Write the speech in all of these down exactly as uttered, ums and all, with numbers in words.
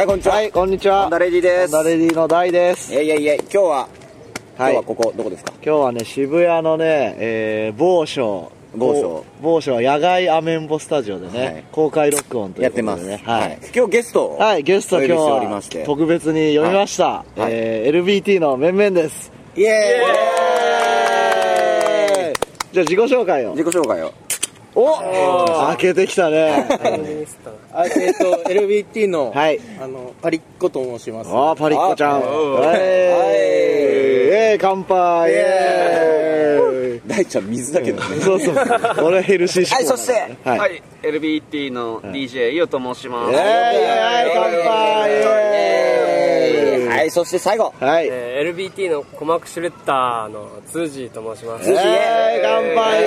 はい、こんにちは。 はい、こんにちは。 ホンダレディです。 ホンダレディの大です。 いやいやいや、今日は、今はい日はここ、どこですか？ 今日はね、渋谷のね、えー、某所。 某所。 某所は野外アメンボスタジオでね、はい、公開録音ということでね。 やってます。 はい。 はい、今日ゲストを。 はい、ゲスト今日は特別に呼びました。はい、えー、エルビーティー の面々です。 イエーイ、イエーイじゃあ自己紹介を。 自己紹介を。 お開けてきたね。 あ、えっと エルビーティー の、 はい、 あのパリッコと申します。 ああ、パリッコちゃん。はい、えー、乾杯。えー、大ちゃん水だけどね。 そうそう。俺ヘルシー。 はい、そして、 はい、はい、エルビーティー の ディージェー イオと申します。 はい、乾杯。 はい、そして最後、 はい、 えー、エルビーティー の鼓膜シュレッダーのツージーと申します。 ツージー、乾杯。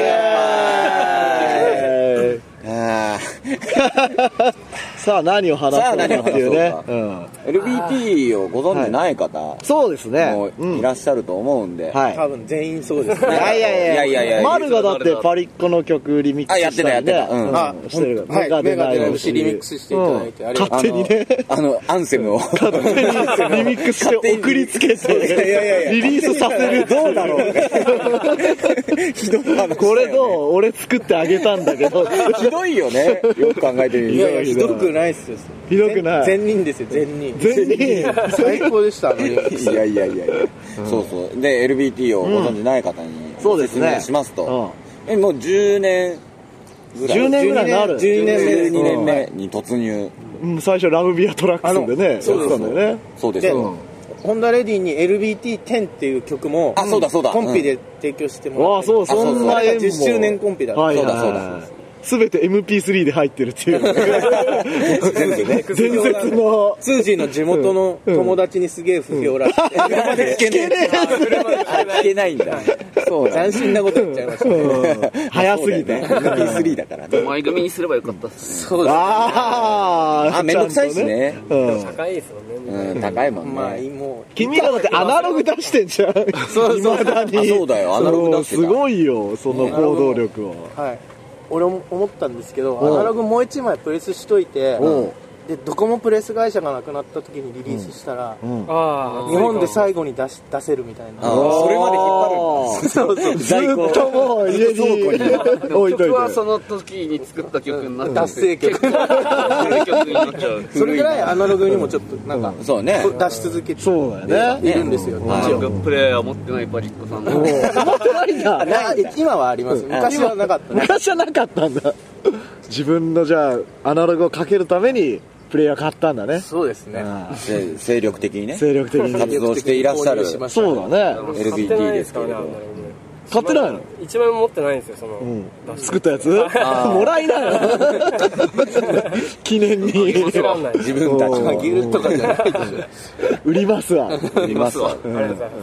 さあ何を話すのかっていうね。 エルビーティー をご存知ない方、 はい、そうですね、 もういらっしゃると思うんで、 はい、多分全員そうですね。 いやいやいやいや、マルがだってパリッコの曲リミックスしたりね、 やってたやってた、 あ、してる。メガデナイロシリミックスしていただいて、ありがとうございます。 勝手にね、 あのアンセムを勝手にリミックスして送りつけてリリースさせる。 どうだろう。ひどい話。 これどう？俺作ってあげたんだけど。 ひどいよね。よく考えてみる。 いやいや、ひどくないっすよ。 ひどくない。 善人ですよ、善人。 善人。 最高でした。いやいやいやいや。そうそう。で エルビーティー をご存知ない方に説明しますと、えもうじゅうねんぐらい。 じゅうねんぐらいになる。 じゅうにねんめに突入。 最初ラブビアトラックスでね。 そうですね。そうです。 ホンダレディに エルビーティーテン っていう曲も、 あ、そうだそうだ。 コンピで提供してもらって。 あ、そう、そんな縁も。 じゅっしゅうねんコンピだ。 そうだそうだ。 すべて エムピースリー で入ってるっていう。伝説の。 ツージーの地元の友達にすげえ不評らしい。 聞けねえ。聞けないんだ。 そう、斬新なこと言っちゃいました。 早すぎて。 エムピースリー だからね。 前組にすればよかったっすね。 そうです。 ああ、めんどくさいですね。 高いですもんね。 高いもんね。 まあ、もう。 君らだってアナログ出してんじゃん。 そうそう。 そうだよ、アナログ出してた。 すごいよ、その行動力は。 はい。俺も思ったんですけど、アナログもう一枚プレスしといて、でドコモプレス会社がなくなった時にリリースしたら、日本で最後に出し出せるみたいな。 それまで引っ張るんだ。 そうそう。 ずっともう家に置いといて。 曲はその時に作った曲になっちゃう。 達成曲。それぐらいアナログにもちょっとなんかそうね出し続けているんですよ。 アナログプレイヤー持ってないパリッコさんも。 持ってないんだ。 今はあります。昔はなかった。 昔はなかったんだ。自分のじゃあアナログをかけるためにプレイヤー買ったんだね。 そうですね。 精力的にね。 精力的に活動していらっしゃる。 そうだね。 エルビーティー ですけど。 買ってないの？ 一枚も持ってないんですよ、その作ったやつ。もらいなよ。記念に。 自分たちのギルとかじゃないでしょ。 売りますわ。 売りますわ。 ありがとうございます。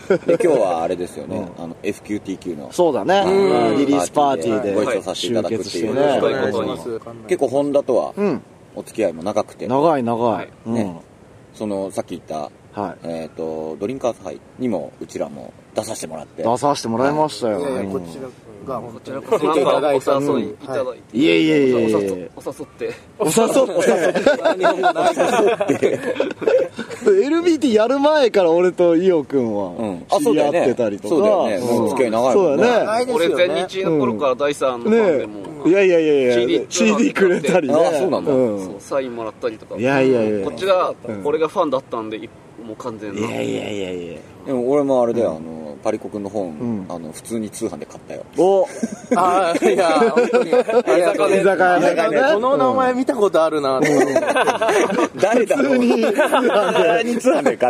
で今日はあれですよね。あの エフキューティーキュー の。 そうだね。リリースパーティーでご一緒させていただくっていうね。結構ホンダとはお付き合いも長くて。 長い長い。 ね。そのさっき言ったえっとドリンカーズハイにもうちらも出させてもらって。 出させてもらいましたよ。 こちらが本当にこちらこそお誘いいただいて。 いえいえいえ。 お誘って。 お誘って。エルビーティー やる前から俺とイオくんは知り合ってたりとか。 そうだよね。もう付き合い長いもんね。 そうだね。俺全日の頃から大さんのファンでも。 いやいやいやいや。シーディー くれたりね。 あ、そうなんだ。 サインもらったりとか。 いやいやいや。 こっちが俺がファンだったんでもう完全な。 いやいやいやいや。 でも俺もあれであのパリコくんの本あの普通に通販で買ったよ。 お。 ああいや本当に。居酒屋でこの名前見たことあるな。 誰だろう。普通に通販で買って。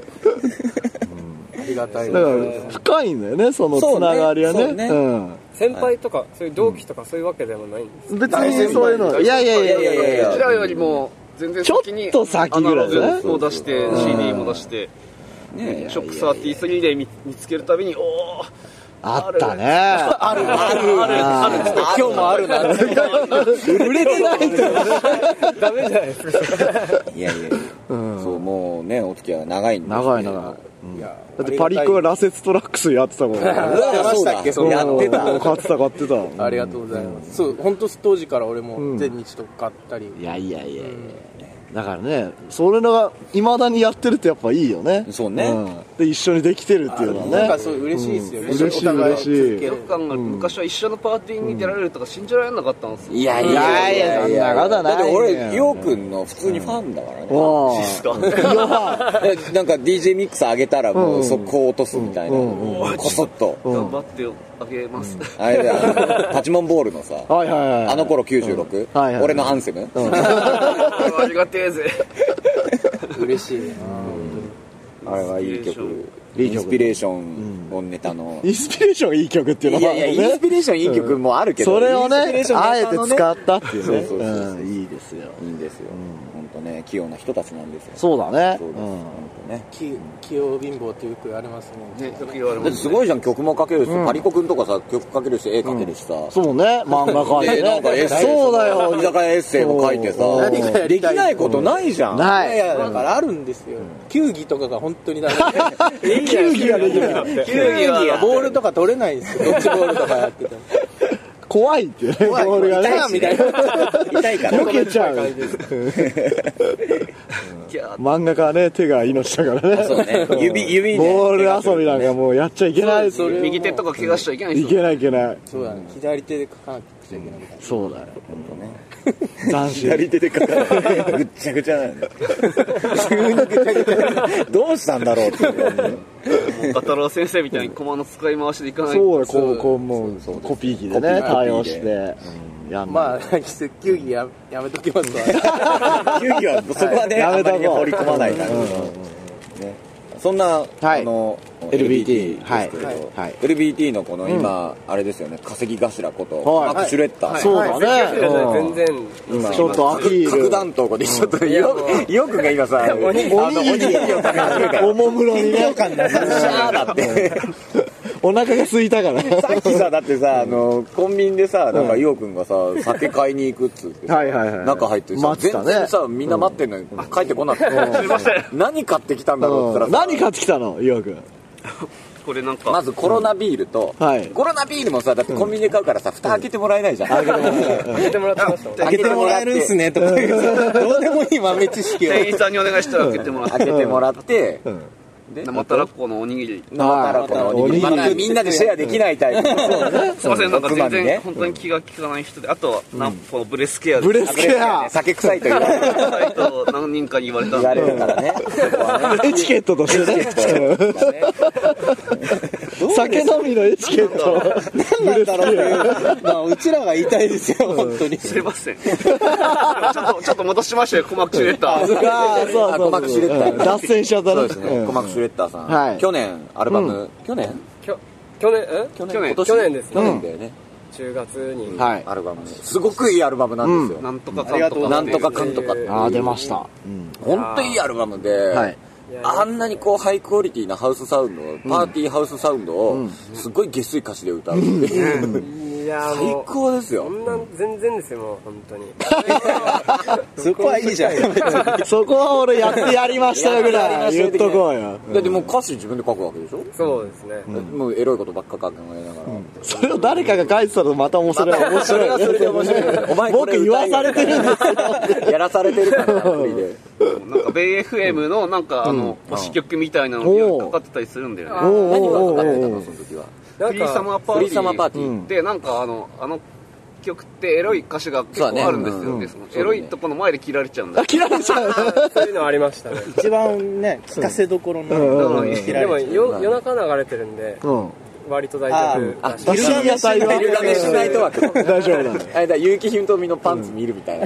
ありがたい。 だから深いんだよね、そのつながりはね。 先輩とかそういう同期とかそういうわけでもないんです。 別にそういうの。いやいやいやいやいや。 うちらよりも全然先にちょっと先ぐらいね。を出して シーディー も出して。ね、ショックサーティースリーで見つけるたびにおおあったね。 あるあるあるある。今日もあるな。 売れてないとダメじゃないですか。 いやいや。そうもうねお付き合いは長いんです。 長い長い。だってパリッコがラセツトラックスやってたもん。やってましたっけ？ やってた。 買ってた買ってた。 ありがとうございます。そう本当当時から俺も全日とか買ったり。 いやいやいや。 だからね、それがいまだにやってるってやっぱいいよね。 そうね、 うん、で一緒にできてるっていうのはね、 なんかそう嬉しいですよね、 うん、嬉しい嬉しい。 よく考えると昔は一緒のパーティーに出られるとか信じられなかったんですよ。 いやいやいやいや、 そんなことない。 だって俺ヨウくんの普通にファンだからね、 うん、 ですかなんか ディージェー ミックス上げたらもう速攻落とすみたいな、うんうん、こそっと頑張ってあげます、 うん、あれだパチモンボールのさ、 はいはいはい、 あの頃きゅうじゅうろく、うんはいはい、俺のアンセム、うん、 ありがてえぜ嬉しいね、 あれはいい曲、インスピレーションをネタの、 インスピレーションいい曲っていうのは、 いやいやインスピレーションいい曲もあるけど、 それをねねあえて使ったっていうね、 そうそうそうそう、 うん、いいですよ、 いいんですよ、本当ね、器用な人たちなんですよ。 そうだね、 そうです、本当ね、 器用貧乏ってよく言われますね。 だってすごいじゃん、曲も書けるし、パリコくんとかさ、曲書けるし絵描けるしさ、 そうね、漫画描いてね、 なんかエッセイ、 そうだよ、 居酒屋エッセイも書いてさ、できないことないじゃん。 ない、 いやだからあるんですよ、球技とかが本当にダメ。 球技ができる、 球技はボールとか取れないんですよ、ドッジボールとかやってても怖いっていうね、ボールがね、 みたいな、 痛いから避けちゃう。漫画家はね、手が命だからね。 そうね、指指でボール遊びなんかもうやっちゃいけない。 右手とか怪我しちゃいけない。 いけないいけない。 そうだね、左手で書かなくちゃいけないみたいな。 そうだよ、 本当ね。 斬新。 左手で書かない。ぐっちゃぐちゃなんだよ。急にぐちゃぐちゃ。どうしたんだろうって。 ガタロウ先生みたいに駒の使い回しでいかない。 そうだ、こうこうもうコピー機でね対応して。 まあ球技ややめときますわ。 球技はそこはね、あんまり掘り込まないからね。そんな、あの エルビーティー ですけれど、エルビーティー のこの今あれですよね、稼ぎ頭ことマック・シュレッダー、 そうだね、 全然今ちょっとアピール核弾頭でちょっとよくが今さおにぎりを食べ始めたおもむろにね、シャーだってお腹が空いたからさっきさ、だってさ、あのコンビニでさ、なんかイオくんがさ酒買いに行くっつって中入ってさ、全然さみんな待ってんのに帰ってこなくて、何買ってきたんだろうって言ったら、 何買ってきたのイオくん。 これなんかまずコロナビールと、コロナビールもさ、だってコンビニで買うからさ、蓋開けてもらえないじゃん。 開けてもらってました。 開けてもらえるんすねとか、どうでもいい豆知識を店員さんにお願いしたら開けてもらって、 開けてもらって生たらこのおにぎり、 生たらこのおにぎり、またみんなでシェアできないタイプ。 すいません、なんか全然本当に気が利かない人で、あとは何歩ブレスケアでブレスケア酒臭いと言われると何人かに言われたんで、 言われるからね、 エチケットとしてね、酒飲みのエチケット何なんだろうね。まあうちらが言いたいですよ、本当に。 すいません。ちょっとちょっと戻しましたよ、コマックシュレッダー。 そうそうコマックシュレッダー脱線しちゃったね。 そうですね、コマックシュレッダーさん、去年アルバム、去年去年え去年去年今年去年です去年だよね、 じゅうがつにアルバム、すごくいいアルバムなんですよ。 なんとかかんとかなんとかかんとか、 ああ出ました。 本当いいアルバムで、あんなにこうハイクオリティなハウスサウンド、パーティーハウスサウンドをすごい下水歌詞で歌うっていう、 いや最高ですよ。 そんな全然ですよ、もう本当に。 そこはいいじゃん。 そこは俺やってやりましたよぐらい言っとこうよ。 だってもう歌詞自分で書くわけでしょ。 そうですね。 もうエロいことばっか考えながら、 それを誰かが書いてたらまた面白い。面白い。 それで面白い。お前僕言わされてるんですよ。 やらされてるからアプリで。 なんかベイ エフエム のなんかあの歌曲みたいなのがかかってたりするんだよね。 何がかかってたのその時は。 フリーサマーパーティー。 フリーサマーパーティーでなんかあのあの曲ってエロい歌詞が結構あるんですよね。エロいとこの前で切られちゃうんだ。 切られちゃう。 そういうのありましたね。 一番ね聞かせどころの。 でも夜夜中流れてるんで。割と大丈夫。 あ、昼ガメしないとは大丈夫だ。 あれだ、結城ひとみのパンツ見るみたいな。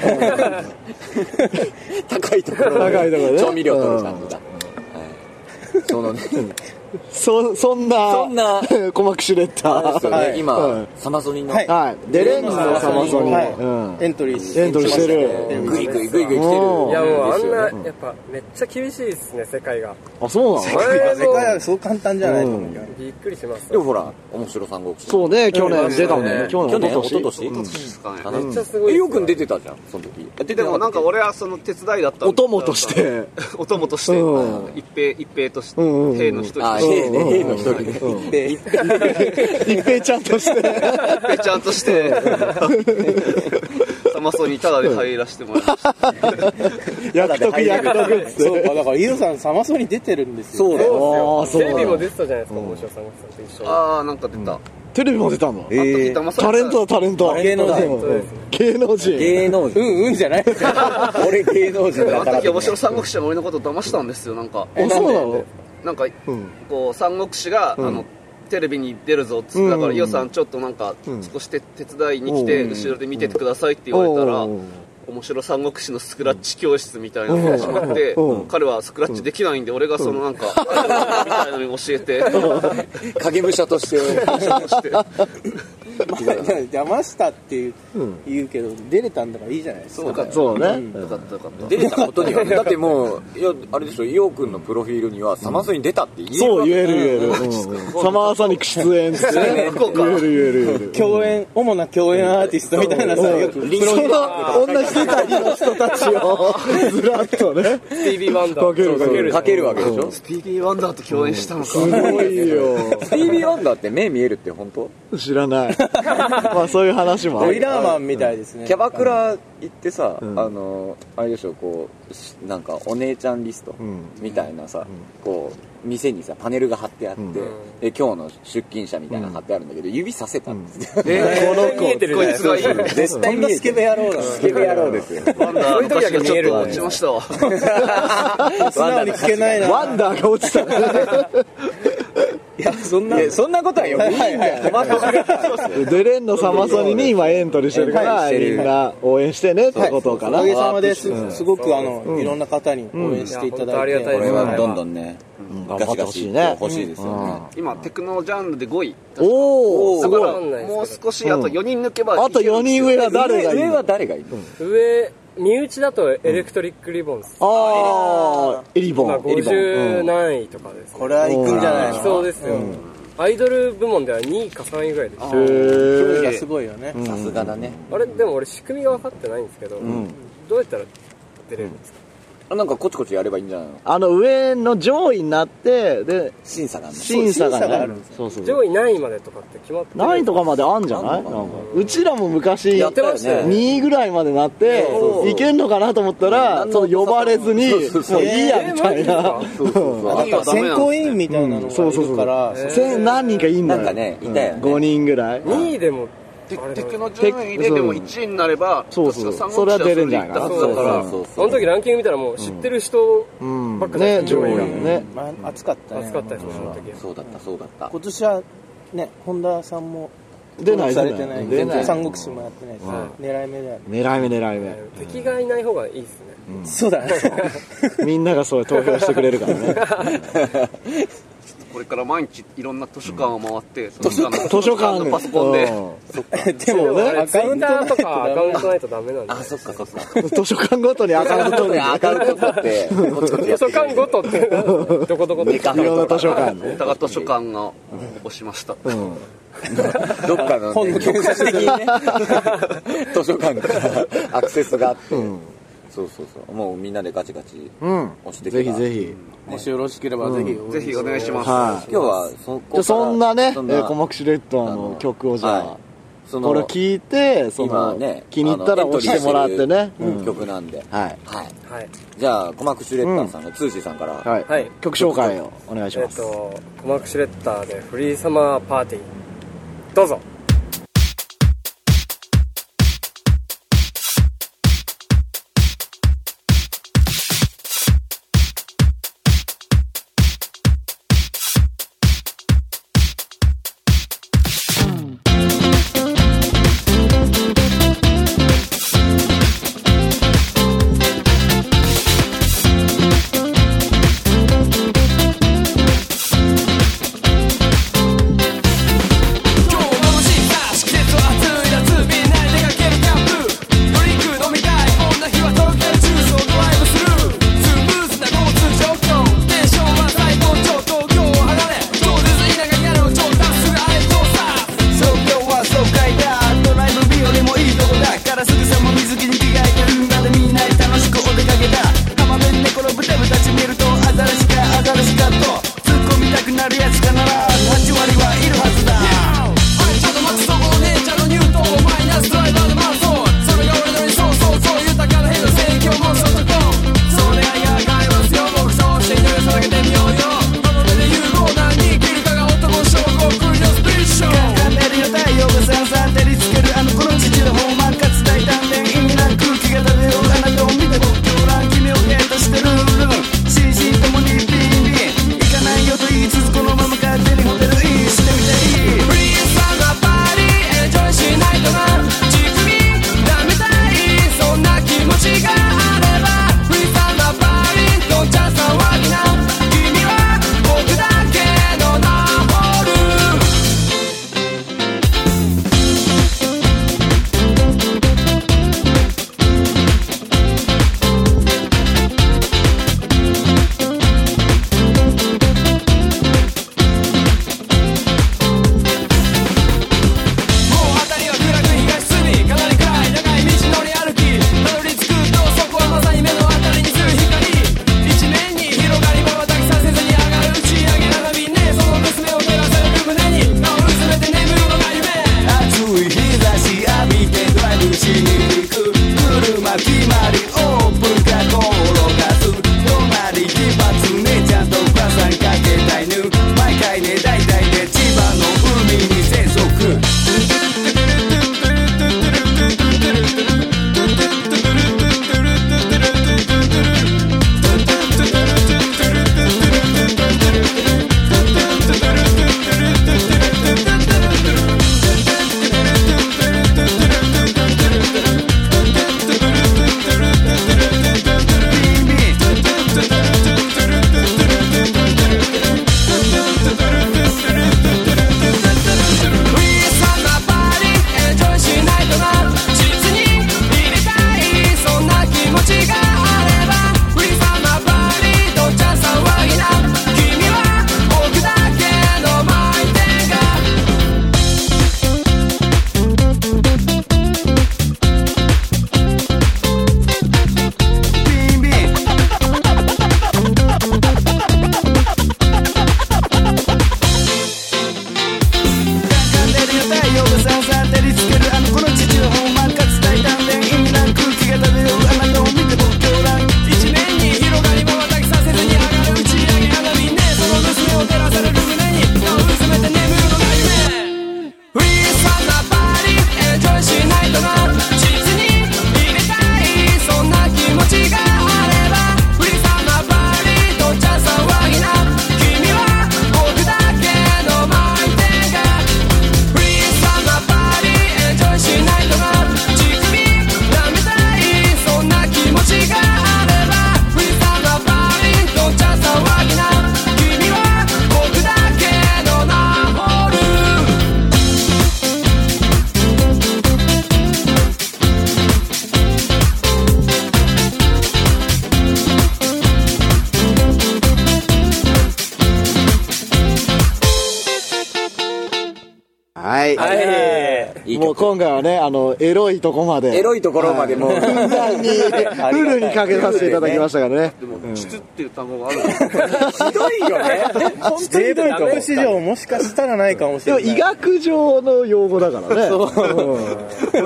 高いところ高いところね。 調味料取る感じだ。そのね。 そそんなそんなコマックシュレッダー今サマソニのはいデレンジのサマソニエントリーエントリーしてる。 グイグイグイグイ来てる。いやもうあんなやっぱめっちゃ厳しいですね、世界が。 あ、そうなの？ 世界はそう簡単じゃないと思う。 びっくりします。 でもほら面白三国志。 そうね、去年出たもんね。 去年一昨年。 めっちゃすごい。 えよくん出てたじゃんその時。 でもなんか俺はその手伝いだったお供として。 お供として一平一平として兵の一人。 あ、兵ね、兵の一人。 一平ちゃんとして一平ちゃんとしてササマソニタダで入らせてもらいました役得役得ってそうか、だからイロさんサマソニ出てるんですよ。 そうだよ。 テレビも出てたじゃないですか、面白さんと一緒に。 ああ、なんか出た。 テレビも出たの。 えー、 タレントだタレント。 芸能人。 芸能人。 芸能人。 うんうんじゃない。 俺芸能人だから。 あの時面白三国志は俺のこと騙したんですよ、なんか。 あ、そうなの？ なんか、こう三国志が、あのテレビに出るぞっつってだから、イオさんちょっとなんか少し手伝いに来て後ろで見ててくださいって言われたら。面白三国志のスクラッチ教室みたいなのが始まって、彼はスクラッチできないんで、俺がそのなんか、みたいなのに教えて、 影武者として騙したっていう言うけど、出れたんだからいいじゃないですか。 そうね。 よかったよかった。 出れたことにはね、だってもう、いや、あれでしょ、イオくんのプロフィールにはサマソニ出たって言える。 そう、言える言える。サマーソニック出演って言える言える言える。 共演、主な共演アーティストみたいなさ、よくプロフィール同じ世界の人たちをずらっとね、 スティービー・ワンダーかけるかけるかけるわけでしょ。 スティービー・ワンダーと共演したのか。 すごいよ。 スティービー・ワンダーって目見えるって本当？ 知らない。まあそういう話もある。 オイラーマンみたいですね。 キャバクラ行ってさ、あのあれでしょ、こうなんかお姉ちゃんリストみたいなさ、こう店にさパネルが貼ってあって、で今日の出勤者みたいなの貼ってあるんだけど、指させたんですよ。 この子見えてるこいつがいい。 絶対見えてる。 スケベ野郎だ。 スケベ野郎ですよ。 ワンダー昔がちょっと落ちましたわ。 素直に聞けないな。 ワンダーが落ちた。 いや、そんな、 そんなことはよくいいんだよ。 出れんのサマソニに今エントリーしてるから、みんな応援してねってことかな。 おかげさまですすごくあのいろんな方に応援していただいて、 これはどんどんね、 頑張ってほしいね。 欲しいですよね。 今テクノジャンルでごい。 おお、すごい。 もう少しあとよにん抜けば。 あとよにん上は誰がいる？ 上は誰がいる？ 上身内だとエレクトリックリボンス。 ああ、エリボン。 ごじゅう何位とかです。 これは行くんじゃないの？ そうですよ。アイドル部門ではにいかさんいぐらいでした。 距離がすごいよね。 さすがだね。 あれでも俺仕組みが分かってないんですけど、どうやったら出れるんですか？ なんかコツコツやればいいんじゃないの？ あの上の上位になってで審査がね。 審査がある。 そうそう。 上位何位までとかって決まってる？ 何位とかまであんじゃない？なんかうちらも昔やってましたよね。 にいぐらいまでなっていけんのかなと思ったら、そう呼ばれずにもういいやみたいな。 選考委員みたいなのがいるから、 何人かいんだよ。 なんかね、いたよね。 ごにんぐらい。 にいでもテクノ順位ででもいちいになれば、 そうそう、それは出るんじゃないかな。 そうだからその時ランキング見たらもう知ってる人ばっかりね、上位がね。 熱かったね。 熱かったですね、その時。 そうだったそうだった。 今年はね、本田さんも出ないされてない。 出ない。 三国志もやってないし、狙い目だよね。 狙い目狙い目。 敵がいない方がいいですね。 そうだね。 みんながそう投票してくれるからね。 これから毎日いろんな図書館を回って図書館のパソコンででもねアカウントとかアカウントないとダメなんで。 あ、そっかそっか。 図書館ごとにアカウント取る。 アカウント取って図書館ごとってどこどこでいろんな図書館ね。 歌が図書館が押しました。 どっかの本の検索的にね図書館からアクセスがあって。そうそうそう。もうみんなでガチガチ押してぜひぜひ。 もしよろしければぜひぜひお願いします。 今日はそこじゃそんなね、コマクシレッドの曲をじゃあこれを聞いて、その気に入ったら押してもらってね、 曲なんで。 はいはい。じゃあコマクシレッダーさんのツーシーさんからはい曲紹介をお願いします。 えっとコマクシレッダーでフリーサマーパーティーどうぞ。 今日もはい。はい。もう今回はね、あの、エロいとこまで。 エロいところまでもう、 ふんだんに、フルにかけさせていただきましたからね。 でも、膣っていう単語があるんですひどいよね。 本当に学史上もしかしたらないかもしれない。 でも医学上の用語だからね。そう。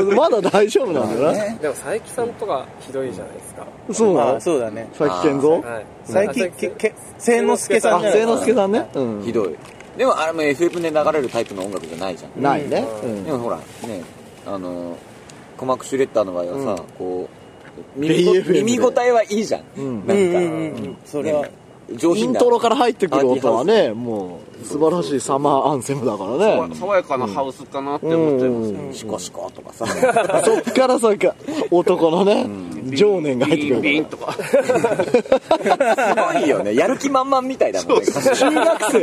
まだ大丈夫なんだよね。 でも佐伯さんとかひどいじゃないですか。 そうなの？ そうだね。 佐伯健三？ はい。 佐伯け清之助さんじゃない。 清之助さんね。 ひどい。でもあれも エフエフ で流れるタイプの音楽じゃないじゃん。 ないね。 でもほらね、あの鼓膜シュレッダーの場合はさ、こう耳応えはいいじゃん。なんかそれはイントロから入ってくる音はね、もう素晴らしいサマーアンセムだからね。 爽やかなハウスかなって思っちゃいますよ。 シコシコとかさ。 そっからそっか男のね、情念が入ってくる。 ビーンとか。すごいよね。やる気満々みたいだもんね。 中学生。中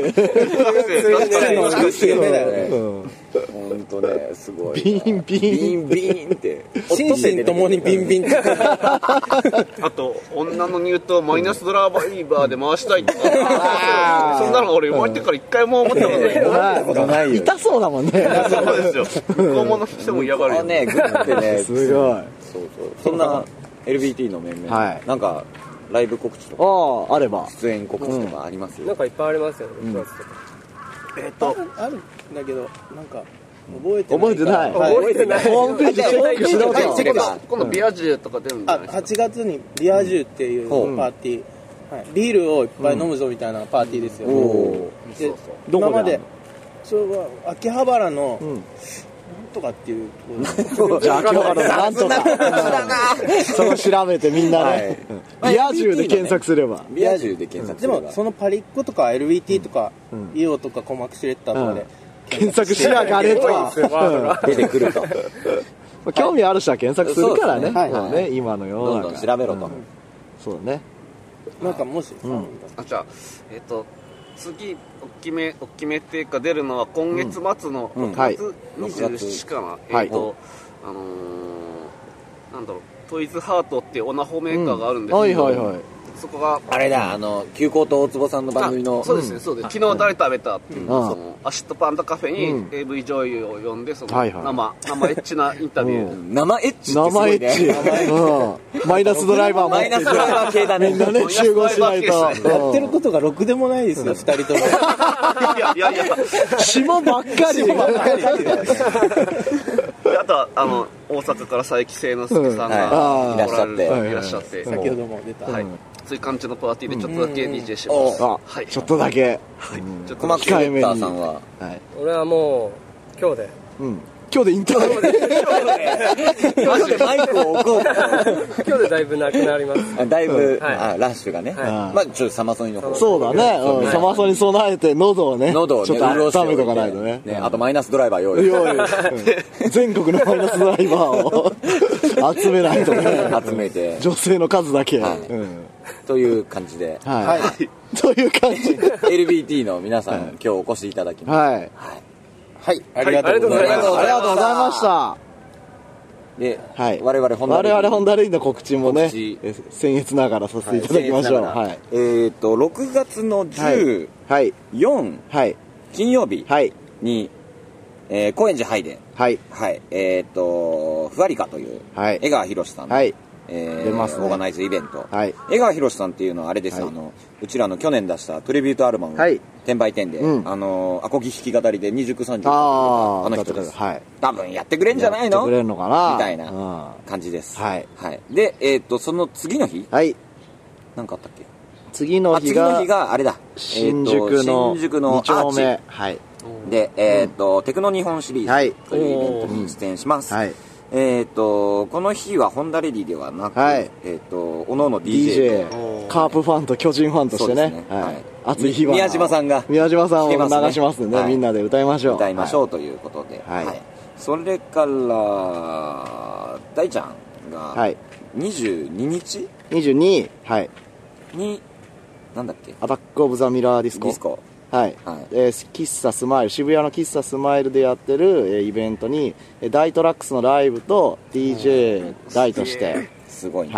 学生だよね。本当ね、すごい。 ビンビン。 ビンビンって。 心身ともにビンビンって。 あと、女の乳頭マイナスドライバーで回したいとか。そんなの俺生まれてから一回も思ったことない。 痛そうだもんね。 そうですよ。向こうもの人も嫌がるよね。グッてね。 すごい。そうそう。そんな エルビーティー の面々。なんかライブ告知とか。ああ、あれば。 出演告知とかありますよ。 なんかいっぱいありますよね。 えっとあるんだけどなんか覚えて覚えてない。 覚えてない。 ホームページチェックしろと。 今度ビアジュとか出るんじゃないですか。 はちがつにビアジュっていうパーティー、はい、ビールをいっぱい飲むぞみたいなパーティーですよ。で今までそれは秋葉原のなんとかっていうところじゃあ秋葉原のなんとかその調べてみんなねビアジュで検索すればビアジュで検索すればでもそのパリッコとか エルビーティー とかイオとか鼓膜シュレッダーとかで検索しやがれと出てくると興味ある人は検索するからね今の世の中どんどん調べろとそうだねなんかもしあじゃあえっと次大きめ大きめっていうか出るのは今月末のろくがつにじゅうしちにちかな、えっとあのなんだろうトイズハートっていうオナホメーカーがあるんですけどそこがあれだあの急行と大坪さんの番組のそうですねそうです昨日誰食べたっていうそのアシットパンダカフェに エーブイ 女優を呼んでその生生エッチなインタビュー生エッチってすごいねマイナスドライバーマイナスドライバー系だねみんなね集合しないとやってることがろくでもないですよふたりともいやいやいや霜ばっかり霜ばっかりあとはあの大阪から佐伯清之助さんがいらっしゃっていらっしゃって先ほども出たはいそういう感じのパーティーでちょっとだけ ディージェー しますはい、ちょっとだけちょっと控えめにさんは俺はもう今日でうん今日で引退マジでマイクを置こう今日でだいぶなくなりますだいぶラッシュがねまあちょっとサマソニの方そうだねサマソニ備えて喉をね喉をちょっと温めとかないとねあとマイナスドライバー用意全国のマイナスドライバーを集めないとね集めて女性の数だけという感じではいという感じエルビーティー の皆さん今日お越しいただきまはいはい、ありがとうございました。 ありがとうございました。 で、はい、我々ホンダレディ我々ホンダレディの告知もね、僭越ながらさせていただきましょう。はい。 えっとろくがつのじゅうよっか金曜日にえ高円寺ハイで、はいはい、えっとふわりかという江川博さんのえー、オーガナイズイベント、はい、江川博さんっていうのはあれです、はい、あのうちらの去年出したトリビュートアルバム、はい、転売店で、うん、あのアコギ弾き語りで二熟三十ああの人です、はい、多分やってくれんじゃないのやってくれるのかなみたいな感じです、はいはい、で、えー、っとその次の日、はい、なんかあったっけ次の日が次の日があれだ新宿の新宿のアーチ、はい、で、えー、っと、うん、テクノ日本シリーズというイベントに出演します、はいえー、とこの日はホンダレディではなく、はいえー、とおのおの ディージェーディージェー カープファンと巨人ファンとしてね、ねはい、熱い日は宮島さんが宮島さんを流しますんで、ねはい、みんなで歌いましょう歌いましょうということで、はいはい、それから大ちゃんがにじゅうににち、 にじゅうに、はい、 になんだっけアタックオブザミラーディスコディスコはい、はいえー、喫茶スマイル渋谷の喫茶スマイルでやってる、えー、イベントに、えー、ダイトラックスのライブと ディージェー 大としてすごい、ねはい、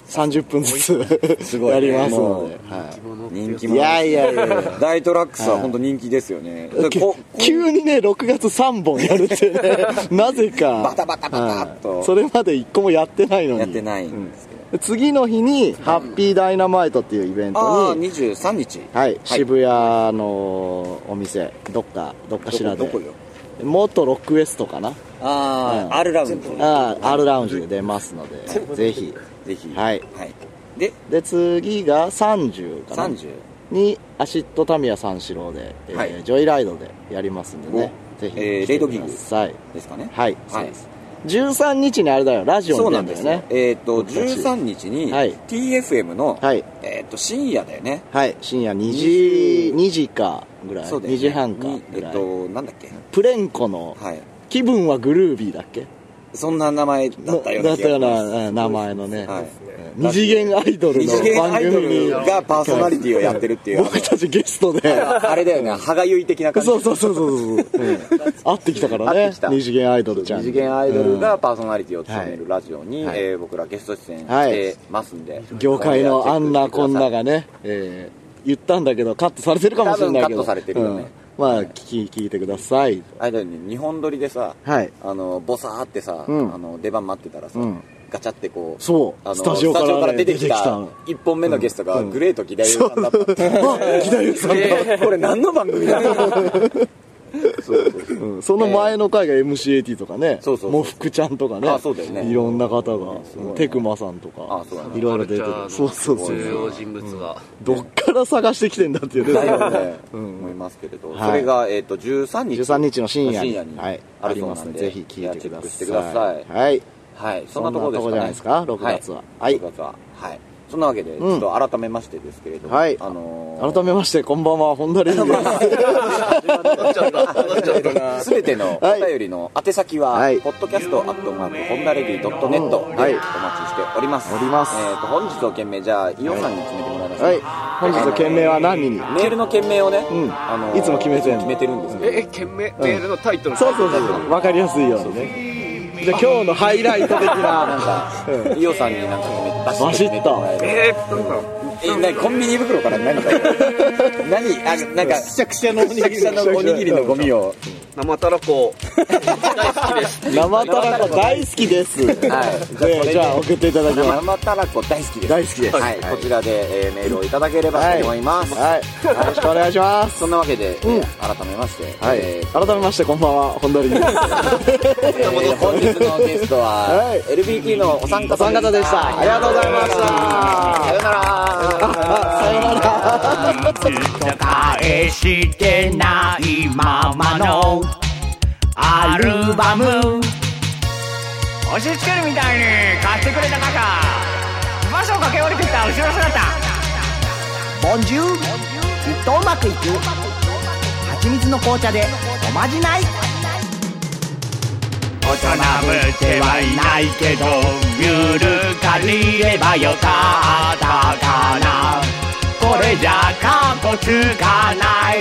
さんじゅっぷんずつやりますので、 人気者。 いやいやいやダイトラックスは本当人気ですよね。 急にねろくがつさんぼんやるってねなぜかバタバタバタっとそれまでいっこもやってないのにやってないんですけど、 次の日にハッピーダイナマイトっていうイベントににじゅうさんにち、 はい、渋谷のお店どっかどっかしらで、 どこよ、 元ロックウエストかな、 ああ、R ラウンジ、 ああ R ラウンジで出ますのでぜひぜひ、 はい、 はい、でで次がさんじゅうかな、 さんじゅうにアシッドタミヤ三四郎で、えーはい、ジョイライドでやりますんでね、ぜひえー、レイドギグですかね、 はい、そうです。じゅうさんにちにあれだよ、ラジオに出るんだよね。 えっ、ー、とじゅうさんにちにはい、 ティーエフエム の、 はい、 えっ、ー、と深夜だよね。 はい、深夜にじにじかぐらい、そうだよね、にじはんかぐらい。 えっ、ー、となんだっけ、 プレンコの、はい、気分はグルービーだっけ、 そんな名前だったような気がします。 だったような名前のね、はい、二次元アイドルの番組にがパーソナリティをやってるっていう、 僕たちゲストであれだよね、歯がゆい的な感じ。 そうそうそうそうそう、うん、会ってきたからね、二次元アイドルちゃん、 二次元アイドルがパーソナリティを務めるラジオに、はい、えー、僕らゲスト出演してますんで、はい、 業界のあんなこんながね、えー、言ったんだけどカットされてるかもしれないけど、 多分カットされてるよね、 うん、まあ、はい、聞, 聞いてください。 あれだよね、日本撮りでさ、はい、あのボサーってさ、うん、あの出番待ってたらさ、うん、ガチャってこう、 そうあのスタジオから、ね、 から出てきたいっぽんめのゲストがグレート木田優さんだった、うん、あ、 木田優さんだ、 えー、これ何の番組だそうそうそう、うん、その前の回が エムシーエーティー とかね、そうそうそう、もう福ちゃんとかね、 あ、そうだよね、 いろんな方が、テクマさんとか、 あ、そうだね、 いろいろ出てる、そうそうそう、 重要人物が、 うん、どっから探してきてんだっていうね、 だよね、うん、思いますけれど、はい、それが、えー、とじゅうさんにち、 じゅうさんにちの深夜に、 深夜にはい、ありますので、ぜひ聞いてください。 してください。 はい、 はい、そんなところですかね。 そんなとこじゃないですか、ろくがつは。 はい、ろくがつは、はい。そんなわけで、ちょっと改めましてですけれども、 はい、 あのー、 改めまして、こんばんは、本田レディすべてのお便りの宛先は、はい、ポッドキャストアットマークホンダレディドットネットでお待ちしております。 おります。 えっと、本日の件名、じゃあ、イオンさんに決めてもらいましょう。 はい。本日の件名は何に？ メールの件名をね、 うん、あのー、いつも決めてる決めてるんですけど。 え、件名、メールのタイトル、 そうそうそう、わかりやすいようにね。じゃあ今日のハイライト的ななんか、うん、イオさんになんかバシッとえー、なんだろう、え、なにコンビニ袋から何か何、あ、なんかくしゃくしゃのおにぎりのおにぎりのゴミを、 生たらこ大好きです。 生たらこ大好きです。はい。じゃあ送っていただきます。 生たらこ大好きです。 大好きです。 はい。こちらで、えー、メールをいただければと思います。 はい。よろしくお願いします。 そんなわけで、うん、改めまして、 はい。えー、改めましてこんばんは、本田リーです。 本日のゲストは、はい、エルビーティー のお三方でした。お三方でした。ありがとうございました。 さよなら。 さよなら。 返してないままのアルバム押し付けるみたいに貸してくれた方、場所を駆け下りてきた後ろ姿、ボンジュールきっとうまくいく蜂蜜の紅茶でおまじない。大人ぶってはいないけどミュール借りればよかったかな、これじゃカッコつかない。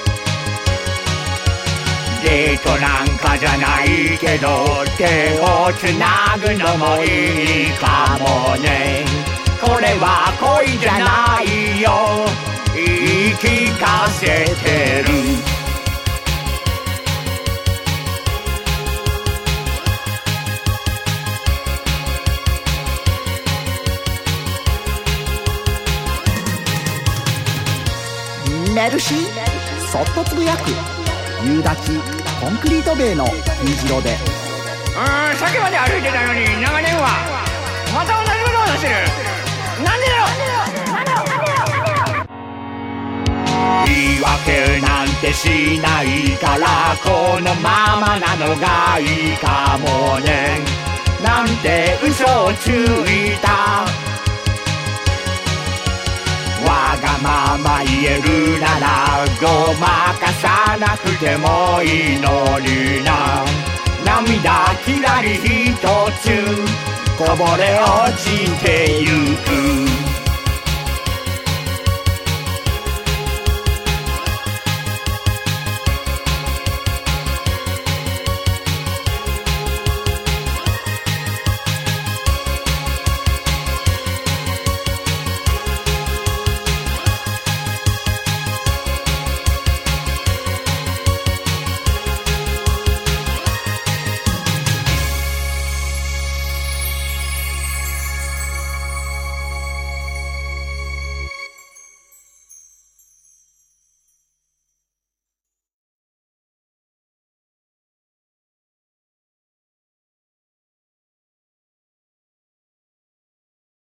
デートなんかじゃないけど手をつなぐのもいいかもね。これは恋じゃないよ、言い聞かせてる。メルシーそっとつぶやく夕立コンクリート塀の虹色で、うーん、さっきまで歩いてたのに長年はまた同じことをしてる。なんでだろう。言い訳なんてしないからこのままなのがいいかもね、なんて嘘をついた。わがまま言えるならごまかさなくてもいいのにな。涙きらりひとつこぼれ落ちてゆく。